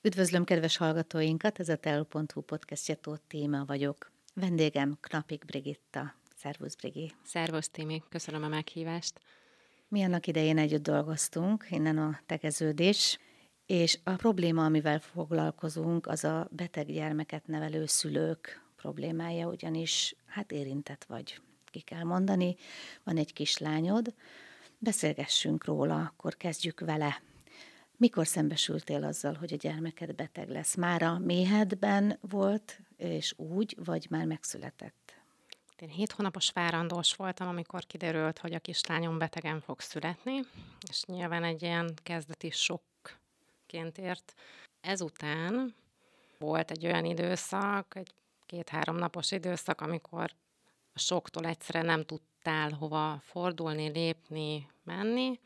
Üdvözlöm kedves hallgatóinkat, ez a teol.hu podcastja, Tóth Téma vagyok. Vendégem Knapik Brigitta. Szervusz, Brigi. Szervusz, Timi, köszönöm a meghívást. Mi annak idején együtt dolgoztunk, innen a tegeződés, és a probléma, amivel foglalkozunk, az a beteg gyermeket nevelő szülők problémája, ugyanis érintett vagy, ki kell mondani. Van egy kislányod, beszélgessünk róla, akkor kezdjük vele. Mikor szembesültél azzal, hogy a gyermeked beteg lesz? Már a méhedben volt, és úgy, vagy már megszületett? Én 7 hónapos várandós voltam, amikor kiderült, hogy a kislányom betegen fog születni, és nyilván egy ilyen kezdeti sokként ért. Ezután volt egy olyan időszak, egy 2-3 napos időszak, amikor a soktól egyszerűen nem tudtál hova fordulni, lépni, menni.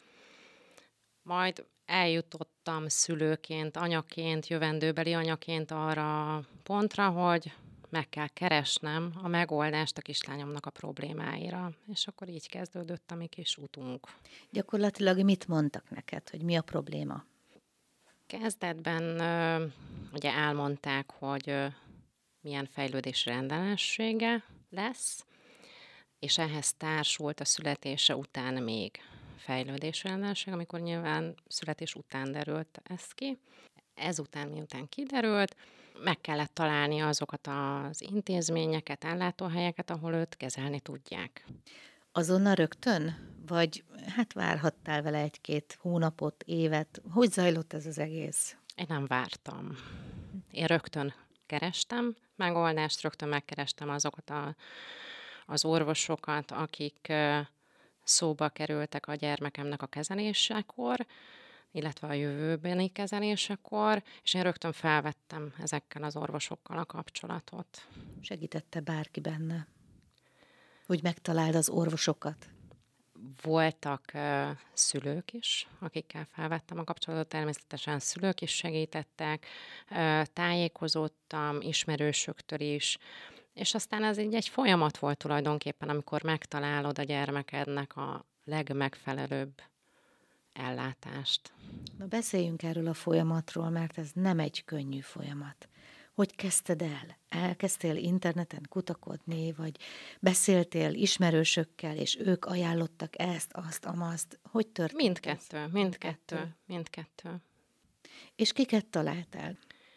Majd eljutottam szülőként, anyaként, jövendőbeli anyaként arra a pontra, hogy meg kell keresnem a megoldást a kislányomnak a problémáira. És akkor így kezdődött a mi kis utunk. Gyakorlatilag mit mondtak neked, hogy mi a probléma? Kezdetben ugye elmondták, hogy milyen fejlődési rendellenessége lesz, és ehhez társult a születése után még fejlődési rendellenesség, amikor nyilván születés után derült ez ki. Ezután, miután kiderült, meg kellett találni azokat az intézményeket, ellátóhelyeket, ahol őt kezelni tudják. Azonnal rögtön? Vagy várhattál vele 1-2 hónapot, évet? Hogy zajlott ez az egész? Én nem vártam. Én rögtön kerestem megoldást, rögtön megkerestem azokat az orvosokat, akik szóba kerültek a gyermekemnek a kezelésekor, illetve a jövőbeni kezelésekor, és én rögtön felvettem ezekkel az orvosokkal a kapcsolatot. Segítette bárki benne, hogy megtaláld az orvosokat? Voltak szülők is, akikkel felvettem a kapcsolatot, természetesen szülők is segítettek, tájékozódtam ismerősöktől is, és aztán ez így egy folyamat volt tulajdonképpen, amikor megtalálod a gyermekednek a legmegfelelőbb ellátást. Na beszéljünk erről a folyamatról, mert ez nem egy könnyű folyamat. Hogy kezdted el? Elkezdtél interneten kutakodni, vagy beszéltél ismerősökkel, és ők ajánlottak ezt, azt, amazt? Hogy történt ez? Mindkettő. És kiket találtál?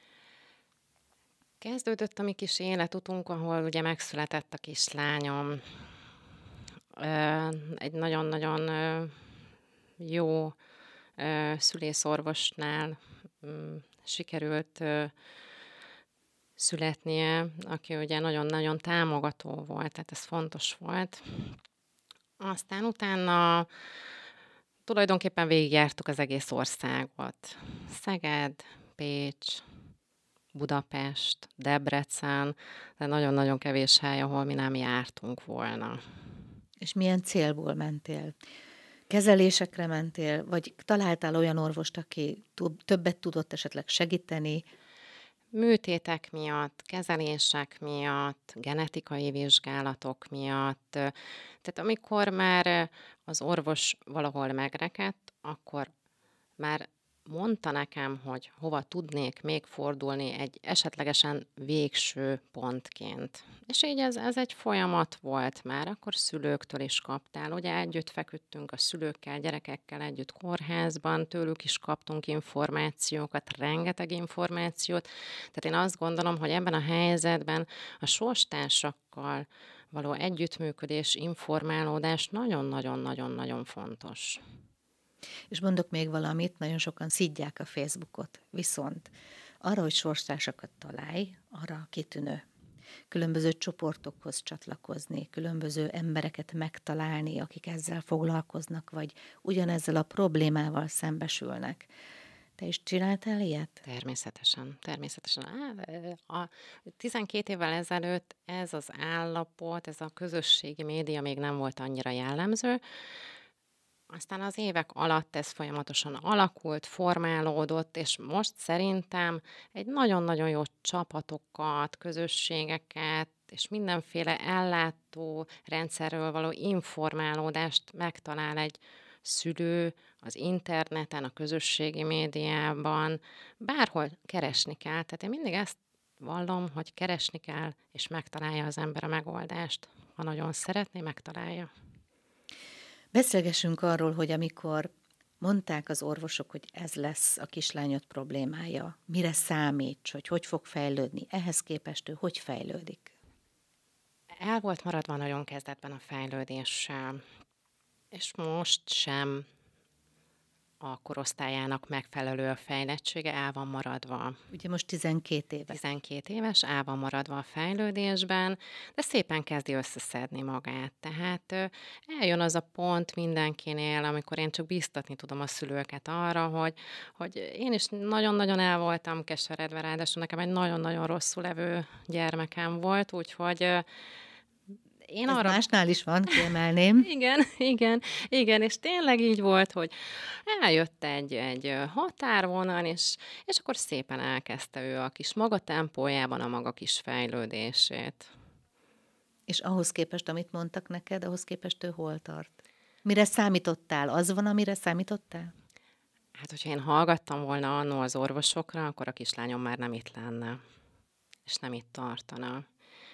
Kezdődött a mi kis életutunk, ahol ugye megszületett a kislányom. Egy nagyon-nagyon jó szülészorvosnál sikerült születnie, aki ugye nagyon-nagyon támogató volt, tehát ez fontos volt. Aztán utána tulajdonképpen végigjártuk az egész országot. Szeged, Pécs, Budapest, Debrecen, de nagyon-nagyon kevés hely, ahol mi nem jártunk volna. És milyen célból mentél? Kezelésekre mentél, vagy találtál olyan orvost, aki többet tudott esetleg segíteni? Műtétek miatt, kezelések miatt, genetikai vizsgálatok miatt. Tehát amikor már az orvos valahol megrekedt, akkor már mondta nekem, hogy hova tudnék még fordulni egy esetlegesen végső pontként. És így ez egy folyamat volt már, akkor szülőktől is kaptál. Ugye együtt feküdtünk a szülőkkel, gyerekekkel együtt kórházban, tőlük is kaptunk információkat, rengeteg információt. Tehát én azt gondolom, hogy ebben a helyzetben a sorstársakkal való együttműködés, informálódás nagyon-nagyon-nagyon-nagyon fontos. És mondok még valamit, nagyon sokan szidják a Facebookot, viszont arra, hogy sorstársakat találj, arra kitűnő. Különböző csoportokhoz csatlakozni, különböző embereket megtalálni, akik ezzel foglalkoznak, vagy ugyanezzel a problémával szembesülnek. Te is csináltál ilyet? Természetesen. A 12 évvel ezelőtt ez az állapot, ez a közösségi média még nem volt annyira jellemző. Aztán az évek alatt ez folyamatosan alakult, formálódott, és most szerintem egy nagyon-nagyon jó csapatokat, közösségeket, és mindenféle ellátó rendszerről való informálódást megtalál egy szülő az interneten, a közösségi médiában, bárhol keresni kell. Tehát én mindig ezt vallom, hogy keresni kell, és megtalálja az ember a megoldást. Ha nagyon szeretné, megtalálja. Beszélgessünk arról, hogy amikor mondták az orvosok, hogy ez lesz a kislányod problémája, mire számíts, hogy fog fejlődni, ehhez képest ő hogy fejlődik? El volt maradva nagyon kezdetben a fejlődéssel, és most sem a korosztályának megfelelő a fejlettsége, el van maradva. Ugye most 12 éves. 12 éves, el van maradva a fejlődésben, de szépen kezdi összeszedni magát. Tehát eljön az a pont mindenkinél, amikor én csak biztatni tudom a szülőket arra, hogy én is nagyon-nagyon el voltam keseredve, ráadásul nekem egy nagyon-nagyon rosszul levő gyermekem volt, úgyhogy én Ez arra... másnál is van, kiemelném. Igen, és tényleg így volt, hogy eljött egy határvonal, és akkor szépen elkezdte ő a kis maga tempójában a maga kis fejlődését. És ahhoz képest, amit mondtak neked, ahhoz képest ő hol tart? Mire számítottál? Az van, amire számítottál? Hát, hogyha én hallgattam volna annó az orvosokra, akkor a kislányom már nem itt lenne, és nem itt tartana.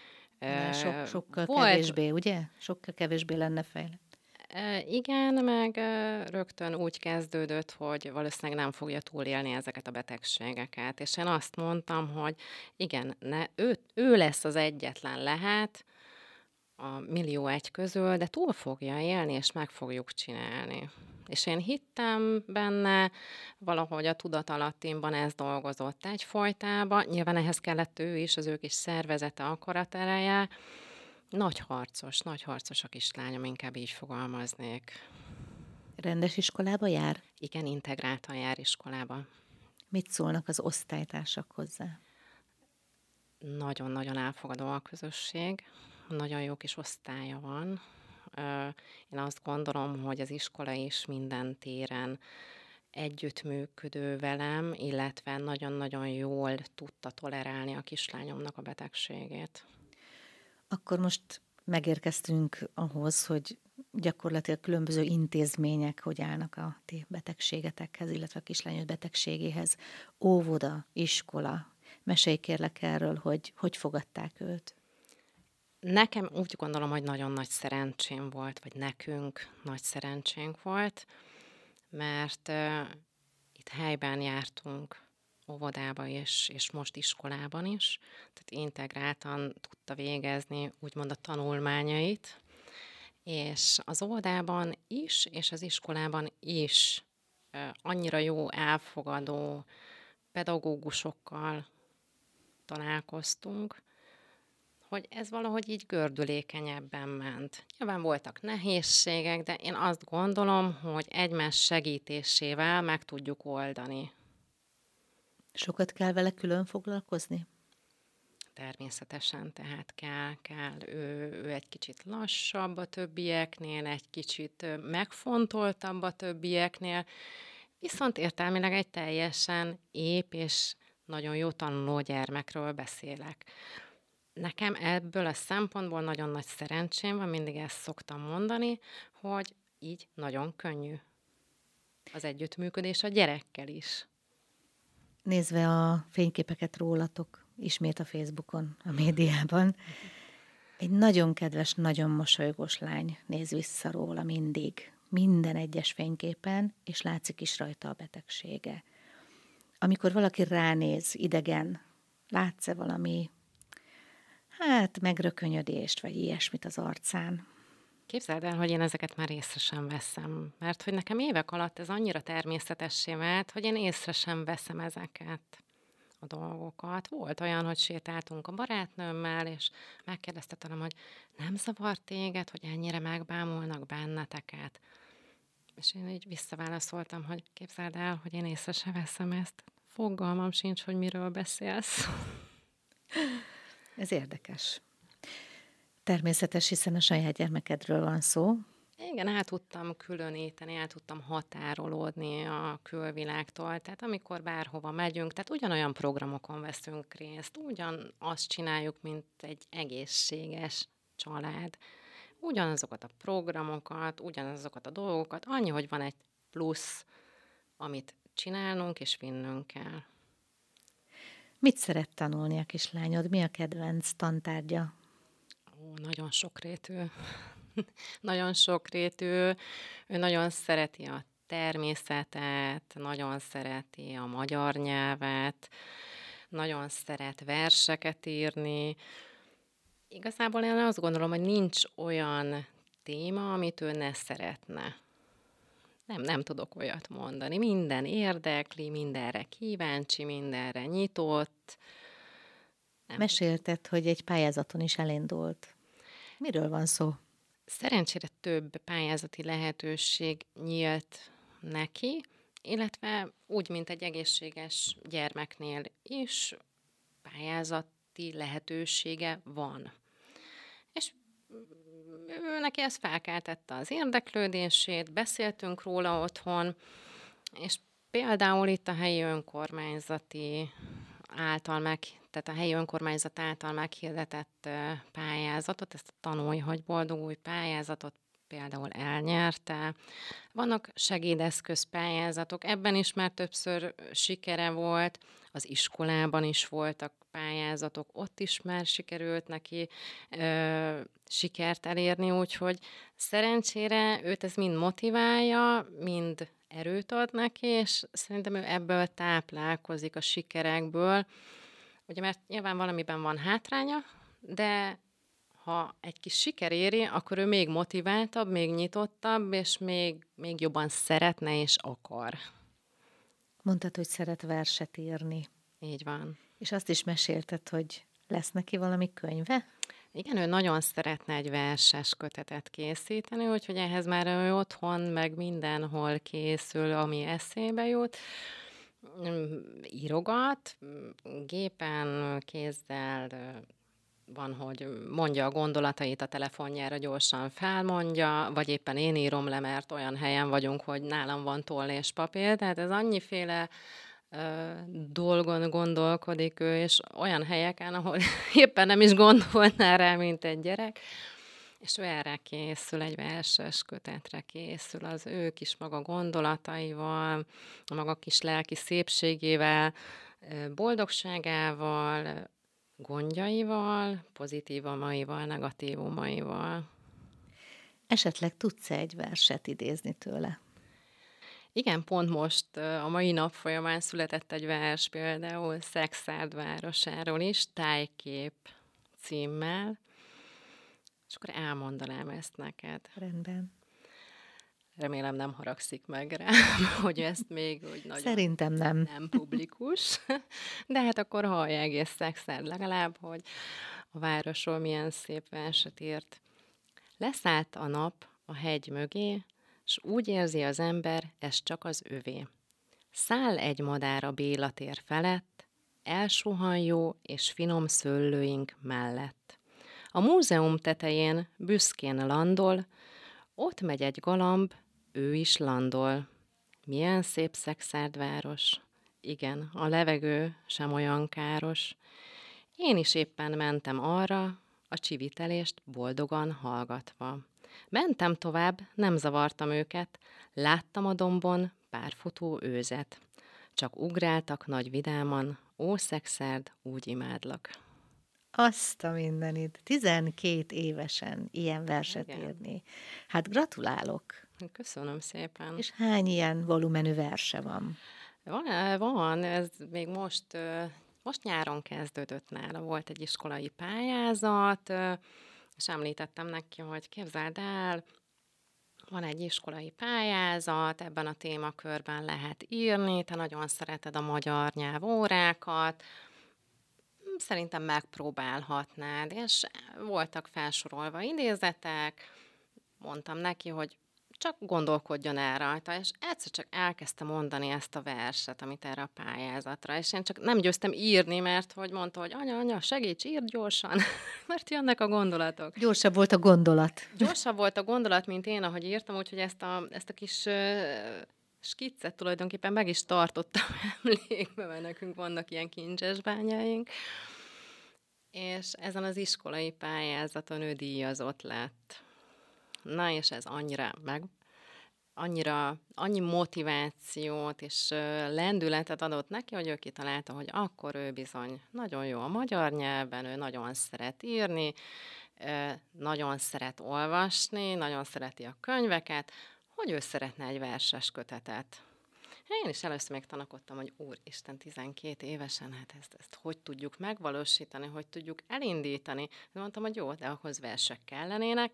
Sokkal Volt, kevésbé, ugye? Sokkal kevésbé lenne fejlett. igen, meg rögtön úgy kezdődött, hogy valószínűleg nem fogja túlélni ezeket a betegségeket. És én azt mondtam, hogy igen, ő lesz az egyetlen lehet a millió egy közül, de túl fogja élni, és meg fogjuk csinálni. És én hittem benne, valahogy a tudatalattimban ez dolgozott egyfolytában. Nyilván ehhez kellett ő is, az ő kis szervezete, akaratereje. Nagy harcos a kislányom, inkább így fogalmaznék. Rendes iskolába jár? Igen, integráltan jár iskolába. Mit szólnak az osztálytársak hozzá? Nagyon-nagyon elfogadó a közösség, nagyon jó kis osztálya van. Én azt gondolom, hogy az iskola is minden téren együttműködő velem, illetve nagyon-nagyon jól tudta tolerálni a kislányomnak a betegségét. Akkor most megérkeztünk ahhoz, hogy gyakorlatilag különböző intézmények hogy állnak a ti betegségetekhez, illetve a kislányod betegségéhez. Óvoda, iskola. Mesélj kérlek erről, hogy fogadták őt. Nekem úgy gondolom, hogy nagyon nagy szerencsém volt, vagy nekünk nagy szerencsénk volt, mert itt helyben jártunk óvodába és most iskolában is, tehát integráltan tudta végezni úgymond a tanulmányait, és az óvodában is, és az iskolában is annyira jó, elfogadó pedagógusokkal találkoztunk, hogy ez valahogy így gördülékenyebben ment. Nyilván voltak nehézségek, de én azt gondolom, hogy egymás segítésével meg tudjuk oldani. Sokat kell vele külön foglalkozni? Természetesen, tehát kell. Ő egy kicsit lassabb a többieknél, egy kicsit megfontoltabb a többieknél, viszont értelmileg egy teljesen ép és nagyon jó tanuló gyermekről beszélek. Nekem ebből a szempontból nagyon nagy szerencsém van, mindig ezt szoktam mondani, hogy így nagyon könnyű az együttműködés a gyerekkel is. Nézve a fényképeket rólatok, ismét a Facebookon, a médiában, egy nagyon kedves, nagyon mosolygós lány néz vissza róla mindig, minden egyes fényképen, és látszik is rajta a betegsége. Amikor valaki ránéz, idegen, látsz-e valami, megrökönyödést, vagy ilyesmit az arcán? Képzeld el, hogy én ezeket már észre sem veszem, mert hogy nekem évek alatt ez annyira természetessé vált, hogy én észre sem veszem ezeket a dolgokat. Volt olyan, hogy sétáltunk a barátnőmmel, és megkérdezte tőlem, hogy nem zavar téged, hogy ennyire megbámulnak benneteket? És én így visszaválaszoltam, hogy képzeld el, hogy én észre sem veszem ezt. Fogalmam sincs, hogy miről beszélsz. Ez érdekes. Természetes, hiszen a saját gyermekedről van szó. Igen, el tudtam különíteni, el tudtam határolódni a külvilágtól, tehát amikor bárhova megyünk, tehát ugyanolyan programokon veszünk részt, ugyanazt csináljuk, mint egy egészséges család. ugyanazokat a programokat, ugyanazokat a dolgokat, annyi, hogy van egy plusz, amit csinálnunk és vinnünk kell. Mit szeret tanulni a kislányod? Mi a kedvenc tantárgya? Nagyon sokrétű. Nagyon sokrétű. Ő nagyon szereti a természetet, nagyon szereti a magyar nyelvet, nagyon szeret verseket írni. Igazából én azt gondolom, hogy nincs olyan téma, amit ő ne szeretne. Nem tudok olyat mondani. Minden érdekli, mindenre kíváncsi, mindenre nyitott. Nem. Mesélted, hogy egy pályázaton is elindult. Miről van szó? Szerencsére több pályázati lehetőség nyílt neki, illetve úgy, mint egy egészséges gyermeknél is pályázati lehetősége van. És ő neki ez felkeltette az érdeklődését, beszéltünk róla otthon, és például itt a helyi önkormányzati tehát a helyi önkormányzat által meghirdetett pályázatot, ezt a Tanulj, hogy boldogulj pályázatot például elnyerte. Vannak segédeszköz pályázatok, ebben is már többször sikere volt, az iskolában is voltak pályázatok, ott is már sikerült neki sikert elérni, úgyhogy szerencsére őt ez mind motiválja, mind erőt ad neki, és szerintem ő ebből táplálkozik a sikerekből. Ugye, mert nyilván valamiben van hátránya, de ha egy kis siker éri, akkor ő még motiváltabb, még nyitottabb, és még jobban szeretne és akar. Mondtad, hogy szeret verset írni. Így van. És azt is mesélted, hogy lesz neki valami könyve? Igen, ő nagyon szeretne egy verses kötetet készíteni, úgyhogy ehhez már ő otthon, meg mindenhol készül, ami eszébe jut. Írogat, gépen, kézzel, van, hogy mondja a gondolatait a telefonjára, gyorsan felmondja, vagy éppen én írom le, mert olyan helyen vagyunk, hogy nálam van toll és papír, tehát ez annyiféle dolgon gondolkodik ő, és olyan helyeken, ahol éppen nem is gondolná rá, mint egy gyerek, és ő erre készül, egy verses kötetre készül, az ő kis maga gondolataival, a maga kis lelki szépségével, boldogságával, gondjaival, pozitívumaival, negatívumaival. Esetleg tudsz egy verset idézni tőle? Igen, pont most a mai nap folyamán született egy vers például Szekszárd városáról is, Tájkép címmel, és akkor elmondanám ezt neked. Rendben. Remélem nem haragszik meg rám, hogy ezt még úgy nagyon Szerintem nem. publikus, de hát akkor hallja egész Szekszárd legalább, hogy a városról milyen szép verset írt. Leszállt a nap a hegy mögé, s úgy érzi az ember, ez csak az övé. Száll egy madár a Béla tér felett, elsuhan jó és finom szőlőink mellett. A múzeum tetején büszkén landol, ott megy egy galamb, ő is landol. Milyen szép Szekszárd-város. Igen, a levegő sem olyan káros. Én is éppen mentem arra, a csivitelést boldogan hallgatva. Mentem tovább, nem zavartam őket, láttam a dombon pár futó őzet. Csak ugráltak nagy vidáman, ó Szekszárd, úgy imádlak. Azt a mindenit. 12 évesen ilyen verset Igen. írni. Hát gratulálok. Köszönöm szépen. És hány ilyen volumenű verse van? Van, ez még most nyáron kezdődött nála. Volt egy iskolai pályázat, és említettem neki, hogy képzeld el, van egy iskolai pályázat, ebben a témakörben lehet írni, te nagyon szereted a magyar nyelvórákat, szerintem megpróbálhatnád, és voltak felsorolva idézetek, mondtam neki, hogy csak gondolkodjon el rajta, és egyszer csak elkezdte mondani ezt a verset, amit erre a pályázatra, és én csak nem győztem írni, mert hogy mondta, hogy anya, segíts, írd gyorsan, mert jönnek a gondolatok. Gyorsabb volt a gondolat. Gyorsabb volt a gondolat, mint én, ahogy írtam, úgyhogy ezt a kis skiccet tulajdonképpen meg is tartottam emlékbe, mert nekünk vannak ilyen kincsesbányáink, és ezen az iskolai pályázaton ő díjazott lett. Na, és ez annyi motivációt és lendületet adott neki, hogy ő kitalálta, hogy akkor ő bizony nagyon jó a magyar nyelven, ő nagyon szeret írni, nagyon szeret olvasni, nagyon szereti a könyveket, hogy ő szeretne egy verses kötetet. Én is először még tanakodtam, hogy úristen, 12 évesen, hát ezt hogy tudjuk megvalósítani, hogy tudjuk elindítani. Mondtam, hogy jó, de ahhoz versek kellenének,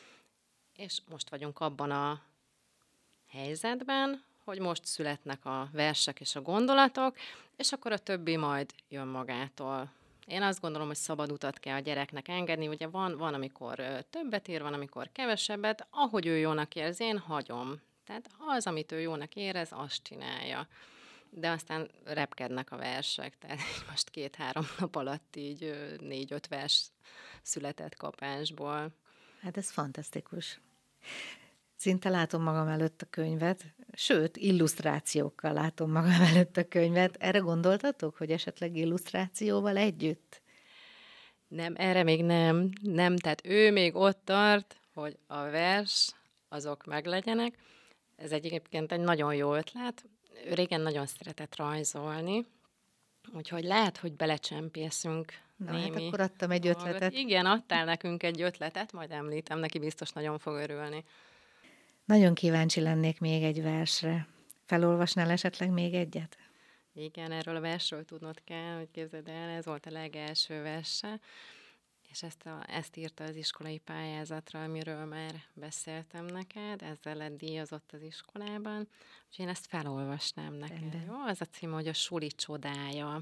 és most vagyunk abban a helyzetben, hogy most születnek a versek és a gondolatok, és akkor a többi majd jön magától. Én azt gondolom, hogy szabad utat kell a gyereknek engedni, ugye van amikor többet ír, van, amikor kevesebbet, ahogy ő jónak érzi, én hagyom. Tehát az, amit ő jónak érez, azt csinálja. De aztán repkednek a versek, tehát most 2-3 nap alatt így 4-5 vers született kapásból. Hát ez fantasztikus. Szinte látom magam előtt a könyvet, sőt, illusztrációkkal látom magam előtt a könyvet. Erre gondoltatok, hogy esetleg illusztrációval együtt? Nem, erre még nem. Nem, tehát ő még ott tart, hogy a vers, azok meglegyenek. Ez egyébként egy nagyon jó ötlet. Ő régen nagyon szeretett rajzolni, úgyhogy lehet, hogy belecsempészünk Na, némi hát akkor adtam egy dolgot. ötletet. Igen, adtál nekünk egy ötletet, majd említem, neki biztos nagyon fog örülni. Nagyon kíváncsi lennék még egy versre. Felolvasnál esetleg még egyet? Igen, erről a versről tudnod kell, hogy képzeld el, ez volt a legelső verse, és ezt írta az iskolai pályázatra, amiről már beszéltem neked, ezzel lett díjazott az iskolában, úgyhogy én ezt felolvasnám neked. Rendben. Jó? Az a cím, hogy a suli csodája.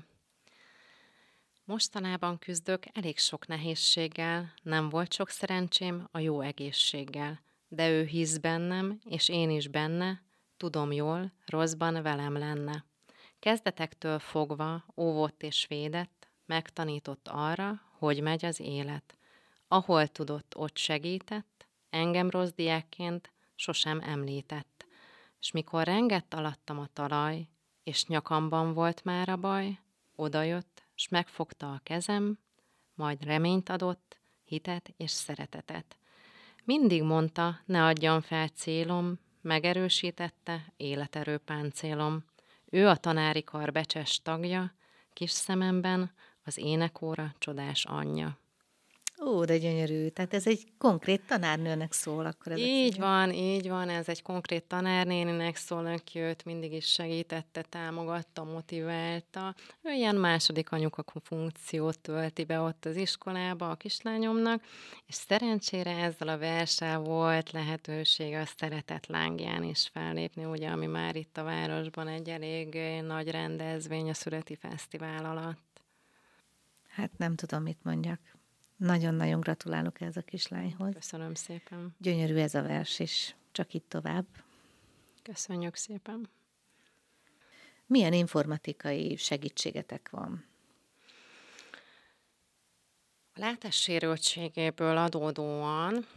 Mostanában küzdök elég sok nehézséggel, nem volt sok szerencsém a jó egészséggel, de ő hisz bennem, és én is benne, tudom jól, rosszban velem lenne. Kezdetektől fogva óvott és védett, megtanított arra, hogy megy az élet. Ahol tudott, ott segített, engem rossz diákként sosem említett. S mikor rengett alattam a talaj, és nyakamban volt már a baj, odajött, s megfogta a kezem, majd reményt adott, hitet és szeretetet. Mindig mondta, ne adjam fel célom, megerősítette életerő páncélom. Ő a tanári kar becses tagja, kis szememben az énekóra csodás anyja. Ó, de gyönyörű. Tehát ez egy konkrét tanárnőnek szól akkor ezek szerint. Így van, ez egy konkrét tanárnéninek szól, aki őt mindig is segítette, támogatta, motiválta. Ő ilyen második anyuka funkciót tölti be ott az iskolába a kislányomnak, és szerencsére ezzel a verssel volt lehetőség a Szeretet lángján is fellépni, ugye, ami már itt a városban egy elég nagy rendezvény a Szüreti Fesztivál alatt. Hát nem tudom, mit mondjak. Nagyon-nagyon gratulálok ez a kislányhoz. Köszönöm szépen. Gyönyörű ez a vers is. Csak itt tovább. Köszönjük szépen. Milyen informatikai segítségetek van? A látássérültségéből adódóan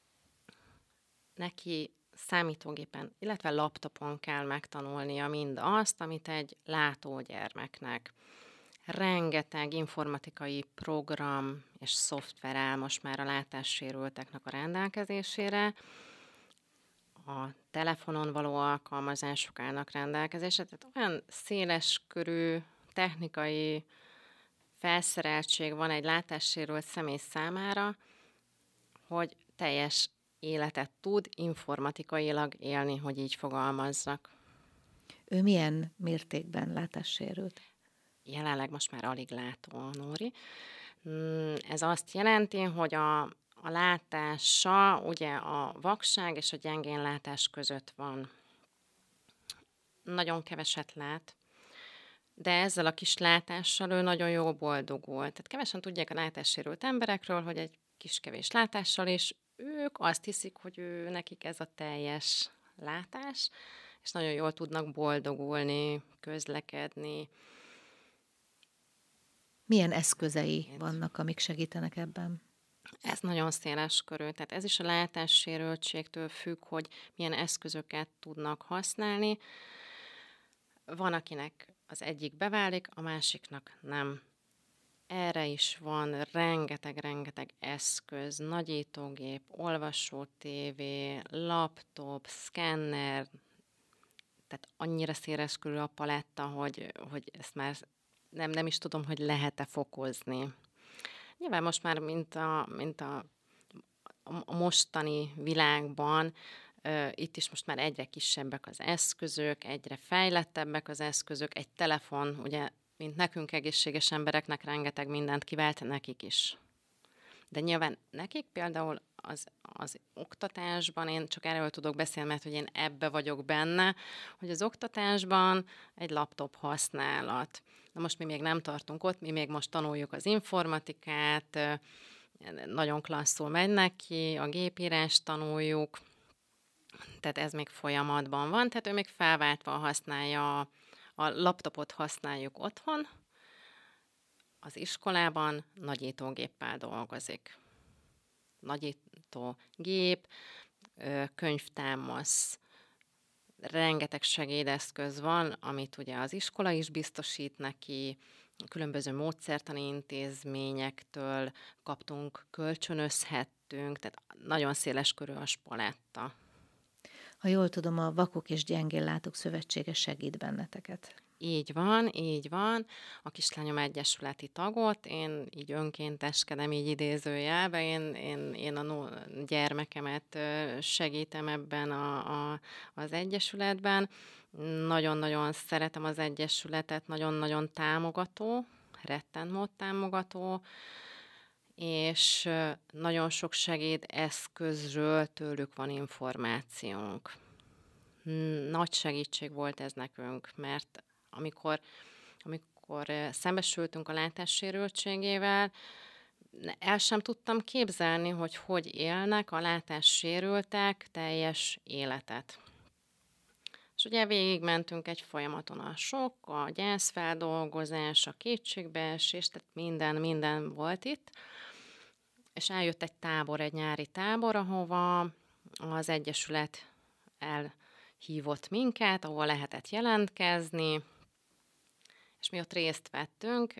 neki számítógépen, illetve laptopon kell megtanulnia mind azt, amit egy látógyermeknek. Rengeteg informatikai program és szoftver áll most már a látássérülteknek a rendelkezésére. A telefonon való alkalmazások állnak rendelkezésre, tehát olyan széleskörű technikai felszereltség van egy látássérült személy számára, hogy teljes életet tud informatikailag élni, hogy így fogalmazzak. Ő milyen mértékben látássérült? Jelenleg most már alig látó a Nóri. Ez azt jelenti, hogy a látása ugye a vakság és a gyengénlátás között van. Nagyon keveset lát, de ezzel a kis látással ő nagyon jól boldogul. Tehát kevesen tudják a látássérült emberekről, hogy egy kis kevés látással, és ők azt hiszik, hogy nekik ez a teljes látás, és nagyon jól tudnak boldogulni, közlekedni. Milyen eszközei vannak, amik segítenek ebben? Ez nagyon széles körű, tehát ez is a látássérültségtől függ, hogy milyen eszközöket tudnak használni. Van, akinek az egyik beválik, a másiknak nem. Erre is van rengeteg eszköz, nagyítógép, olvasótévé, laptop, szkenner, tehát annyira széleskörű a paletta, hogy ezt már nem is tudom, hogy lehet-e fokozni. Nyilván most már, mint a mostani világban, itt is most már egyre kisebbek az eszközök, egyre fejlettebbek az eszközök. Egy telefon, ugye, mint nekünk egészséges embereknek rengeteg mindent kivált, nekik is. De nyilván nekik például az oktatásban, én csak erről tudok beszélni, mert hogy én ebbe vagyok benne, hogy az oktatásban egy laptop használat. Na most mi még nem tartunk ott, mi még most tanuljuk az informatikát, nagyon klasszul megy neki, a gépírást tanuljuk, tehát ez még folyamatban van, tehát ő még felváltva használja, a laptopot használjuk otthon, az iskolában nagyítógéppel dolgozik. Nagyítógép, könyvtámasz, rengeteg segédeszköz van, amit ugye az iskola is biztosít neki, különböző módszertani intézményektől kaptunk, kölcsönözhettünk, tehát nagyon széles körű a paletta. Ha jól tudom, a Vakok és Gyengéllátók Szövetsége segít benneteket. Így van, így van. A Kislányom Egyesületi tagot, én így önkénteskedem, így idézőjelben, én a gyermekemet segítem ebben az egyesületben. Nagyon-nagyon szeretem az egyesületet, nagyon-nagyon támogató, rettenmód támogató, és nagyon sok segédeszközről tőlük van információnk. Nagy segítség volt ez nekünk, mert amikor szembesültünk a látássérültségével, el sem tudtam képzelni, hogy élnek a látássérültek teljes életet. És ugye végigmentünk egy folyamaton a sok, a gyászfeldolgozás, a kétségbeesés, tehát minden volt itt. És eljött egy tábor, egy nyári tábor, ahova az Egyesület elhívott minket, ahol lehetett jelentkezni, és mi ott részt vettünk,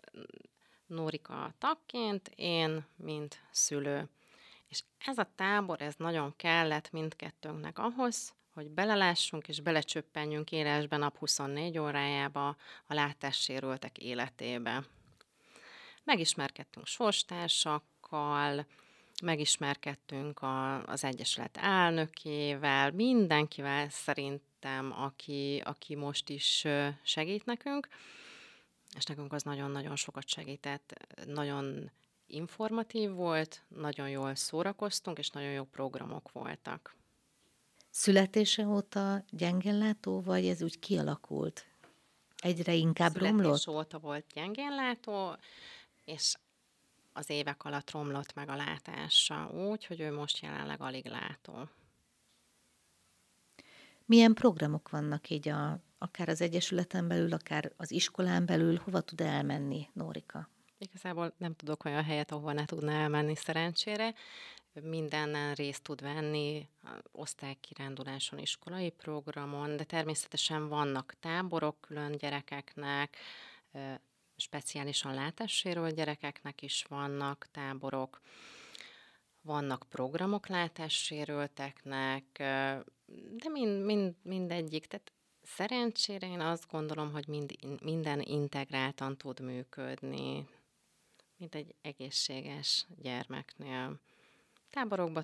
Nórika tagként, én, mint szülő. És ez a tábor, ez nagyon kellett mindkettőnknek ahhoz, hogy belelássunk és belecsöppenjünk élesben nap 24 órájába a látássérültek életébe. Megismerkedtünk sorstársakkal, megismerkedtünk az Egyesület elnökével, mindenkivel szerintem, aki most is segít nekünk, és nekünk az nagyon-nagyon sokat segített, nagyon informatív volt, nagyon jól szórakoztunk, és nagyon jó programok voltak. Születése óta gyengénlátó, vagy ez úgy kialakult? Egyre inkább romlott? Születés óta volt gyengénlátó, és az évek alatt romlott meg a látása úgy, hogy ő most jelenleg alig látó. Milyen programok vannak így akár az Egyesületen belül, akár az iskolán belül, hova tud elmenni Nórika? Igazából nem tudok olyan helyet, ahova ne tudna elmenni szerencsére. Mindenen részt tud venni, osztálykiránduláson, iskolai programon, de természetesen vannak táborok külön gyerekeknek, speciálisan látássérült gyerekeknek is vannak táborok, vannak programok látássérülteknek, de mindegyik, tehát szerencsére én azt gondolom, hogy minden integráltan tud működni, mint egy egészséges gyermeknél. Táborokba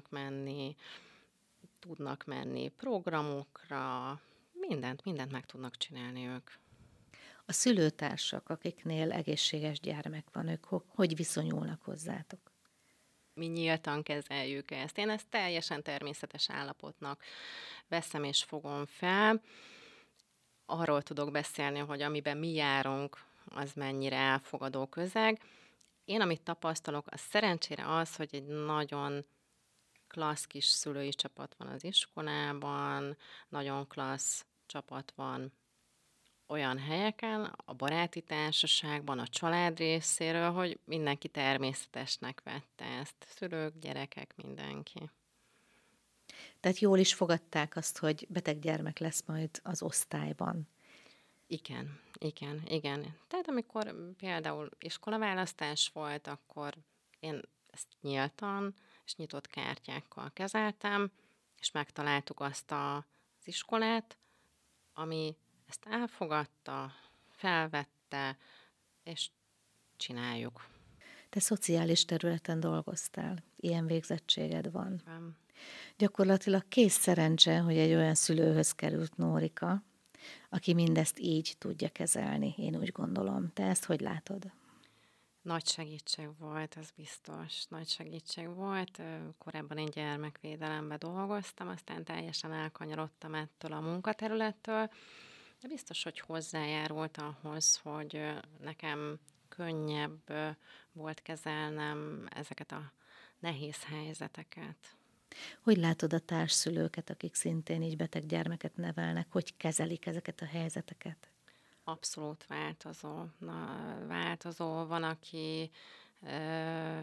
tudnak menni programokra, mindent meg tudnak csinálni ők. A szülőtársak, akiknél egészséges gyermek van, ők hogy viszonyulnak hozzátok? Mi nyíltan kezeljük ezt. Én ezt teljesen természetes állapotnak veszem és fogom fel. Arról tudok beszélni, hogy amiben mi járunk, az mennyire elfogadó közeg. Én, amit tapasztalok, az szerencsére az, hogy egy nagyon klassz kis szülői csapat van az iskolában, nagyon klassz csapat van olyan helyeken, a baráti társaságban, a család részéről, hogy mindenki természetesnek vette ezt. Szülők, gyerekek, mindenki. Tehát jól is fogadták azt, hogy beteg gyermek lesz majd az osztályban. Igen, igen, igen. Tehát amikor például iskolaválasztás volt, akkor én ezt nyíltan és nyitott kártyákkal kezeltem, és megtaláltuk az iskolát, ami ezt elfogadta, felvette, és csináljuk. Te szociális területen dolgoztál, ilyen végzettséged van. Van. Gyakorlatilag kész szerencse, hogy egy olyan szülőhöz került Nórika, aki mindezt így tudja kezelni, én úgy gondolom. Te ezt hogy látod? Nagy segítség volt, ez biztos. Nagy segítség volt. Korábban én gyermekvédelemben dolgoztam, aztán teljesen elkanyarodtam ettől a munkaterülettől, de biztos, hogy hozzájárult ahhoz, hogy nekem könnyebb volt kezelnem ezeket a nehéz helyzeteket. Hogy látod a társszülőket, akik szintén így beteg gyermeket nevelnek, hogy kezelik ezeket a helyzeteket? Abszolút változó. Változó. Van, aki ö,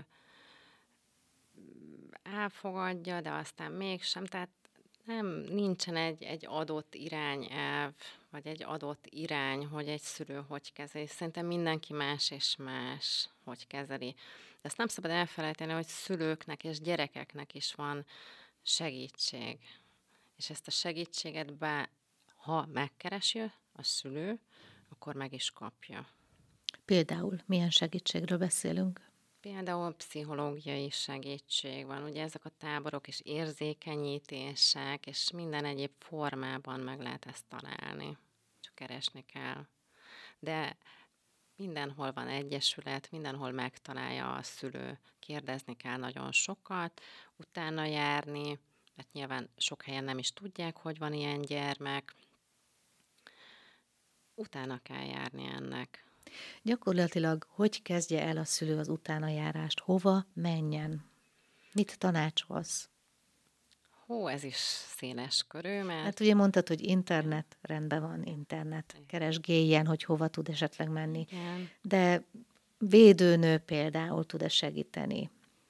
elfogadja, de aztán mégsem. Tehát nincsen egy adott irányelv, vagy egy adott irány, hogy egy szülő hogy kezeli. Szerintem mindenki más és más, hogy kezeli. De ezt nem szabad elfelejteni, hogy szülőknek és gyerekeknek is van segítség. És ezt a segítséget ha megkeresi a szülő, akkor meg is kapja. Például milyen segítségről beszélünk? Például pszichológiai segítség van, ugye ezek a táborok és érzékenyítések, és minden egyéb formában meg lehet ezt találni. Csak keresni kell. De mindenhol van egyesület, mindenhol megtalálja a szülő. Kérdezni kell nagyon sokat, utána járni, mert nyilván sok helyen nem is tudják, hogy van ilyen gyermek. Utána kell járni ennek. Gyakorlatilag hogy kezdje el a szülő az utánajárást? Hova menjen? Mit tanácsolsz? Ez is széles körű, mert... Hát ugye mondtad, hogy internet, rendben van, internet. Keresgéljen, hogy hova tud esetleg menni. Igen. De védőnő például tud-e segíteni?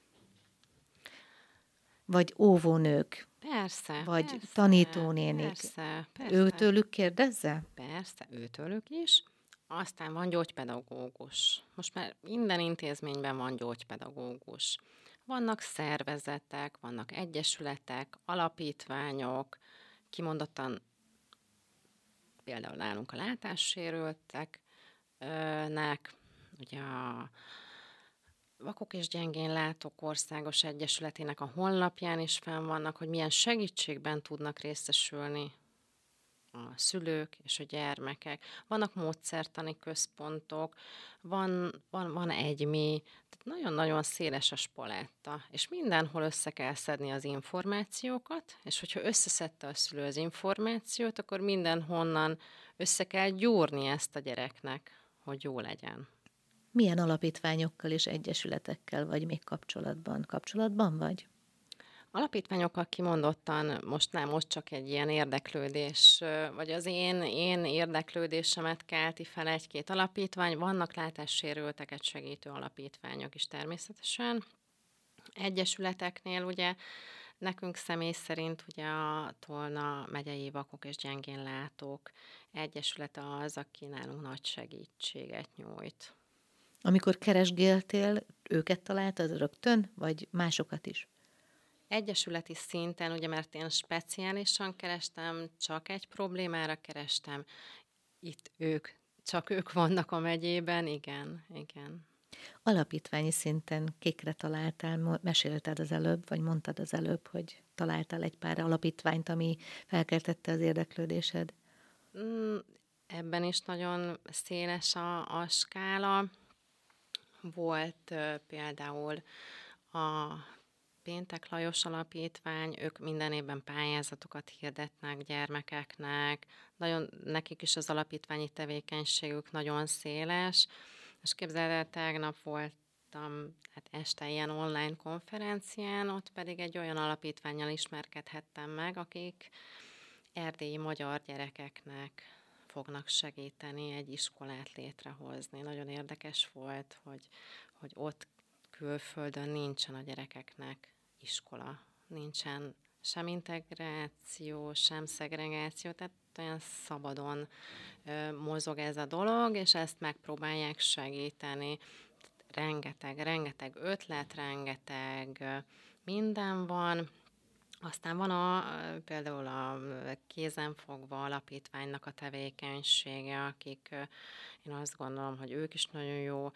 Vagy óvónők? Persze, Vagy persze, tanítónénik? persze. Őtőlük kérdezze? Persze, őtőlük is. Aztán van gyógypedagógus. Most már minden intézményben van gyógypedagógus. Vannak szervezetek, vannak egyesületek, alapítványok, kimondottan például nálunk a látássérülteknek, ugye a Vakok és Gyengén Látók Országos Egyesületének a honlapján is fenn vannak, hogy milyen segítségben tudnak részesülni a szülők és a gyermekek. Vannak módszertani központok, van egymi, tehát nagyon-nagyon széles a spaletta, és mindenhol össze kell szedni az információkat, és hogyha összeszedte a szülő az információt, akkor mindenhonnan össze kell gyúrni ezt a gyereknek, hogy jó legyen. Milyen alapítványokkal és egyesületekkel vagy még kapcsolatban? Kapcsolatban vagy? Alapítványokkal kimondottan most csak egy ilyen érdeklődés, vagy az én érdeklődésemet kelti fel egy-két alapítvány. Vannak látássérülteket segítő alapítványok is természetesen. Egyesületeknél ugye nekünk személy szerint ugye a Tolna megyei Vakok és Gyengén Látók Egyesülete az, aki nálunk nagy segítséget nyújt. Amikor keresgéltél, őket találtad rögtön, vagy másokat is? Egyesületi szinten, ugye mert én speciálisan kerestem, csak egy problémára kerestem, itt csak ők vannak a megyében, igen. Alapítványi szinten kikre találtál? Mesélted az előbb, vagy mondtad az előbb, hogy találtál egy pár alapítványt, ami felkeltette az érdeklődésed? Ebben is nagyon széles a skála. Volt például a Péntek Lajos Alapítvány, ők minden évben pályázatokat hirdetnek gyermekeknek, nekik is az alapítványi tevékenységük nagyon széles, és képzeld el, tegnap voltam este ilyen online konferencián, ott pedig egy olyan alapítvánnyal ismerkedhettem meg, akik erdélyi magyar gyerekeknek fognak segíteni egy iskolát létrehozni. Nagyon érdekes volt, hogy ott külföldön nincsen a gyerekeknek iskola, nincsen sem integráció, sem szegregáció, tehát olyan szabadon mozog ez a dolog, és ezt megpróbálják segíteni. Rengeteg ötlet, rengeteg minden van. Aztán van például a Kézenfogva alapítványnak a tevékenysége, akik én azt gondolom, hogy ők is nagyon jó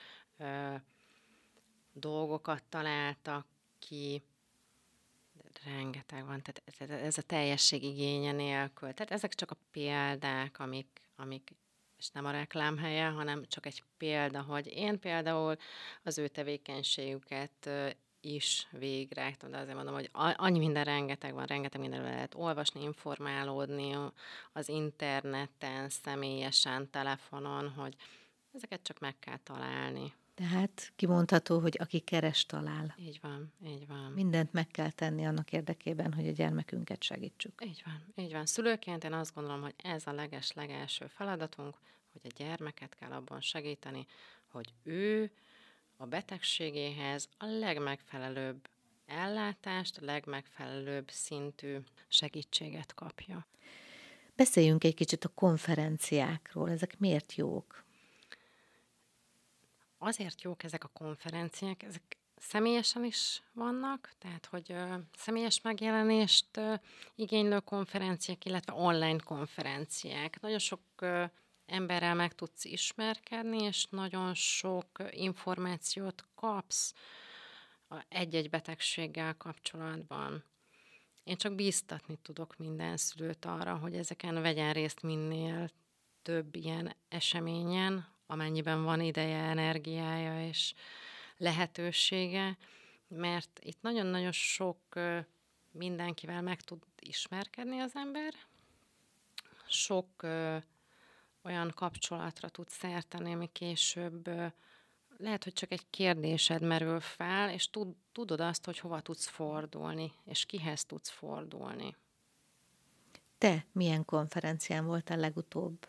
dolgokat találtak ki, rengeteg van, tehát ez a teljesség igénye nélkül. Tehát ezek csak a példák, amik és nem a reklám helye, hanem csak egy példa, hogy én például az ő tevékenységüket is végigrágtam, de azért mondom, hogy annyi minden rengeteg van, rengeteg mindenről lehet olvasni, informálódni az interneten, személyesen, telefonon, hogy ezeket csak meg kell találni. Tehát kimondható, hogy aki keres, talál. Így van, így van. Mindent meg kell tenni annak érdekében, hogy a gyermekünket segítsük. Így van, így van. Szülőként én azt gondolom, hogy ez a legelső feladatunk, hogy a gyermeket kell abban segíteni, hogy ő a betegségéhez a legmegfelelőbb ellátást, a legmegfelelőbb szintű segítséget kapja. Beszéljünk egy kicsit a konferenciákról. Ezek miért jók? Azért jók ezek a konferenciák, ezek személyesen is vannak, tehát hogy személyes megjelenést igénylő konferenciák, illetve online konferenciák. Nagyon sok emberrel meg tudsz ismerkedni, és nagyon sok információt kapsz egy-egy betegséggel kapcsolatban. Én csak bíztatni tudok minden szülőt arra, hogy ezeken vegyen részt minél több ilyen eseményen, amennyiben van ideje, energiája és lehetősége, mert itt nagyon-nagyon sok mindenkivel meg tud ismerkedni az ember, sok olyan kapcsolatra tud szert tenni, ami később lehet, hogy csak egy kérdésed merül fel, és tudod azt, hogy hova tudsz fordulni, és kihez tudsz fordulni. Te milyen konferencián voltál legutóbb?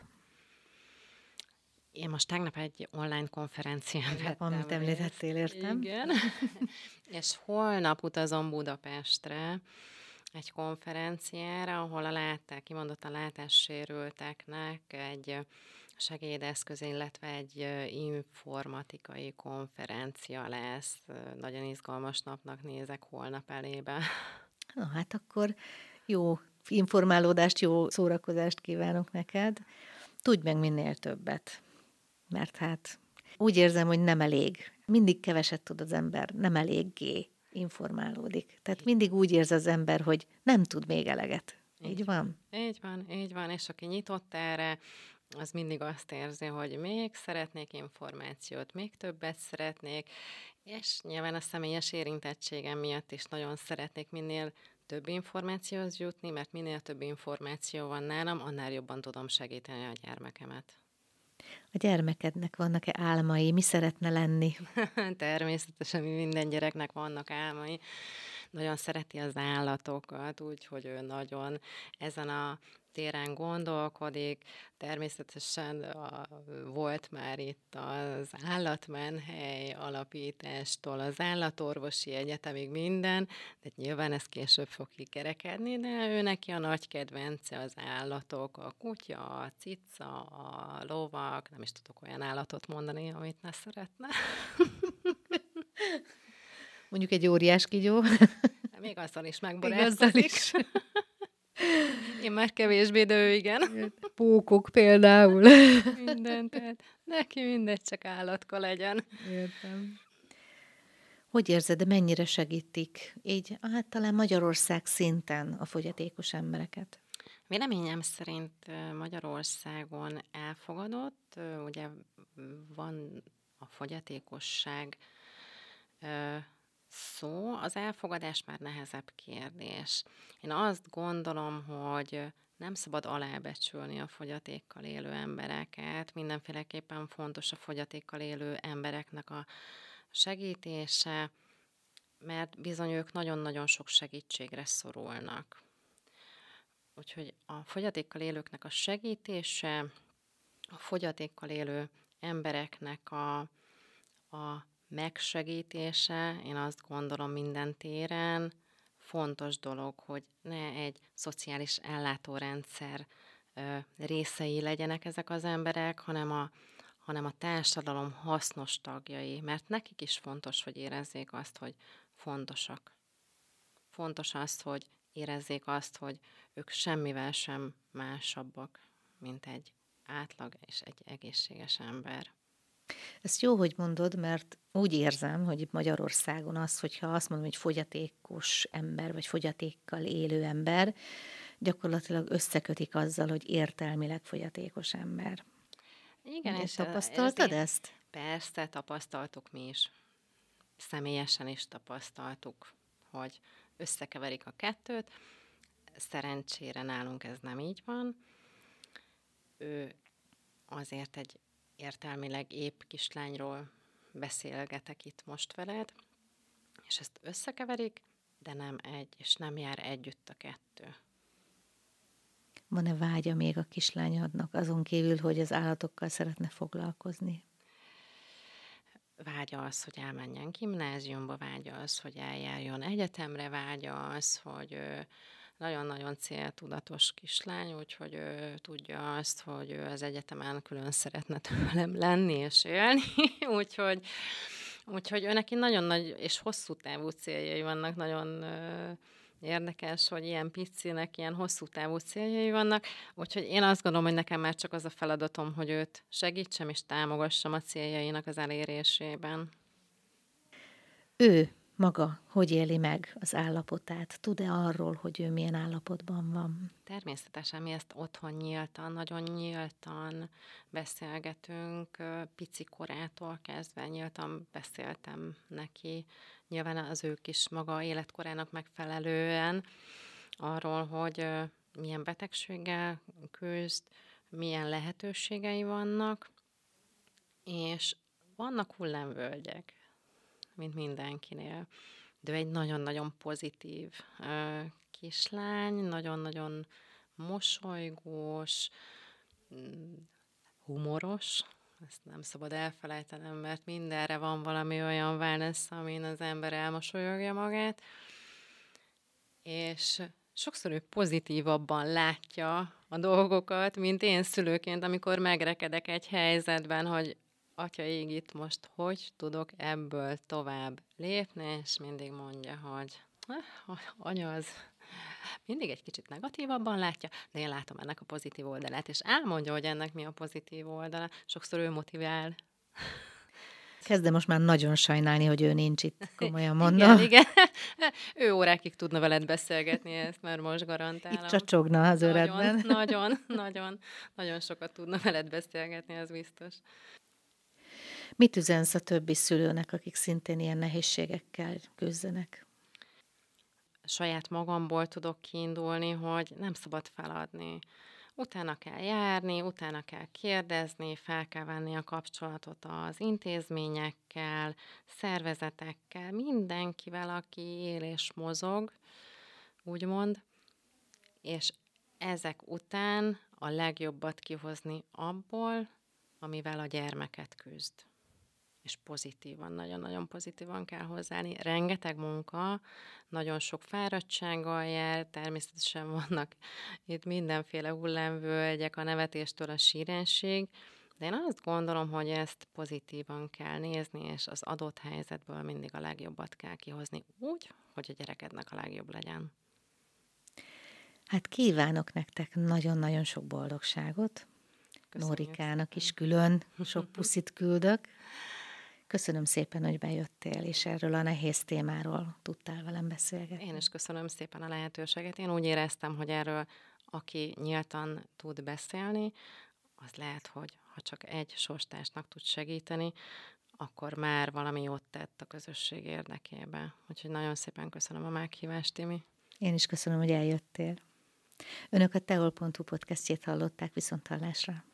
Én most tegnap egy online konferencián vettem Amit említettél, értem. Igen. És holnap utazom Budapestre egy konferenciára, ahol kimondottan látássérülteknek egy segédeszköz, illetve egy informatikai konferencia lesz. Nagyon izgalmas napnak nézek holnap elébe. Na hát akkor jó informálódást, jó szórakozást kívánok neked. Tudj meg minél többet, mert hát úgy érzem, hogy nem elég. Mindig keveset tud az ember, nem eléggé informálódik. Tehát mindig úgy érzi az ember, hogy nem tud még eleget. Így van? Így van, és aki nyitott erre, az mindig azt érzi, hogy még szeretnék információt, még többet szeretnék, és nyilván a személyes érintettségem miatt is nagyon szeretnék minél több információhoz jutni, mert minél több információ van nálam, annál jobban tudom segíteni a gyermekemet. A gyermekednek vannak-e álmai? Mi szeretne lenni? Természetesen minden gyereknek vannak álmai. Nagyon szereti az állatokat, úgyhogy ő nagyon ezen a téren gondolkodik. Természetesen volt már itt az állatmenhely alapítástól, az állatorvosi egyetemig minden, de nyilván ez később fog kikerekedni, de ő neki a nagy kedvence az állatok, a kutya, a cica, a lovak, nem is tudok olyan állatot mondani, amit ne szeretne. Mondjuk egy óriás kígyó. Még azzal is megbarátkozik. Én már kevésbé, de ő igen. Pókok például. Minden, tehát neki mindegy, csak állatka legyen. Értem. Hogy érzed, de mennyire segítik így, hát talán Magyarország szinten a fogyatékos embereket? Véleményem szerint Magyarországon elfogadott, ugye van a fogyatékosság szó, az elfogadás már nehezebb kérdés. Én azt gondolom, hogy nem szabad alábecsülni a fogyatékkal élő embereket, mindenféleképpen fontos a fogyatékkal élő embereknek a segítése, mert bizony ők nagyon-nagyon sok segítségre szorulnak. Úgyhogy a fogyatékkal élőknek a segítése, a fogyatékkal élő embereknek a megsegítése, én azt gondolom minden téren fontos dolog, hogy ne egy szociális ellátórendszer részei legyenek ezek az emberek, hanem a társadalom hasznos tagjai, mert nekik is fontos, hogy érezzék azt, hogy fontosak. Fontos az, hogy érezzék azt, hogy ők semmivel sem másabbak, mint egy átlag és egy egészséges ember. Ezt jó, hogy mondod, mert úgy érzem, hogy itt Magyarországon az, hogyha azt mondom, hogy fogyatékos ember, vagy fogyatékkal élő ember, gyakorlatilag összekötik azzal, hogy értelmileg fogyatékos ember. Igen, és Tapasztaltad ezt? Persze, tapasztaltuk mi is. Személyesen is tapasztaltuk, hogy összekeverik a kettőt. Szerencsére nálunk ez nem így van. Ő azért egy értelmileg épp kislányról beszélgetek itt most veled, és ezt összekeverik, de nem egy, és nem jár együtt a kettő. Van-e vágya még a kislányodnak, azon kívül, hogy az állatokkal szeretne foglalkozni? Vágya az, hogy elmenjen gimnáziumba, vágya az, hogy eljárjon egyetemre, vágya az, hogy nagyon-nagyon céltudatos kislány, úgyhogy ő tudja azt, hogy ő az egyetemen külön szeretne tőlem lenni és élni, úgyhogy ő neki nagyon nagy és hosszú távú céljai vannak, nagyon érdekes, hogy ilyen picinek, ilyen hosszú távú céljai vannak, úgyhogy én azt gondolom, hogy nekem már csak az a feladatom, hogy őt segítsem és támogassam a céljainak az elérésében. Ő maga hogy éli meg az állapotát? Tud-e arról, hogy ő milyen állapotban van? Természetesen mi ezt otthon nyíltan, nagyon nyíltan beszélgetünk, pici korától kezdve nyíltan beszéltem neki, nyilván az ő kis maga életkorának megfelelően arról, hogy milyen betegséggel küzd, milyen lehetőségei vannak, és vannak hullámvölgyek, mint mindenkinél. De ő egy nagyon-nagyon pozitív kislány, nagyon-nagyon mosolygós, humoros, ezt nem szabad elfelejtenem, mert mindenre van valami olyan wellness, amin az ember elmosolyogja magát, és sokszor ő pozitívabban látja a dolgokat, mint én szülőként, amikor megrekedek egy helyzetben, hogy Atyaig, itt most hogy tudok ebből tovább lépni, és mindig mondja, hogy anya az mindig egy kicsit negatívabban látja, de én látom ennek a pozitív oldalát, és elmondja, hogy ennek mi a pozitív oldala. Sokszor ő motivál. Kezdem most már nagyon sajnálni, hogy ő nincs itt, komolyan mondom. Igen. Ő órákig tudna veled beszélgetni, ezt már most garantálom. Itt csacsogna az öredben. Nagyon sokat tudna veled beszélgetni, az biztos. Mit üzensz a többi szülőnek, akik szintén ilyen nehézségekkel küzdenek? Saját magamból tudok kiindulni, hogy nem szabad feladni. Utána kell járni, utána kell kérdezni, fel kell venni a kapcsolatot az intézményekkel, szervezetekkel, mindenkivel, aki él és mozog, úgymond, és ezek után a legjobbat kihozni abból, amivel a gyermeket küzd. És pozitívan, nagyon-nagyon pozitívan kell hozzáállni. Rengeteg munka, nagyon sok fáradtsággal jár, természetesen vannak itt mindenféle hullámvölgyek, a nevetéstől a sírenség, de én azt gondolom, hogy ezt pozitívan kell nézni, és az adott helyzetből mindig a legjobbat kell kihozni úgy, hogy a gyerekednek a legjobb legyen. Hát kívánok nektek nagyon-nagyon sok boldogságot. Köszönjük Nórikának szépen. is külön sok puszit küldök. Köszönöm szépen, hogy bejöttél, és erről a nehéz témáról tudtál velem beszélgetni. Én is köszönöm szépen a lehetőséget. Én úgy éreztem, hogy erről, aki nyíltan tud beszélni, az lehet, hogy ha csak egy sorstársnak tud segíteni, akkor már valami jót tett a közösség érdekében. Úgyhogy nagyon szépen köszönöm a meghívást, Timi. Én is köszönöm, hogy eljöttél. Önök a teol.hu podcastjét hallották, viszonthallásra.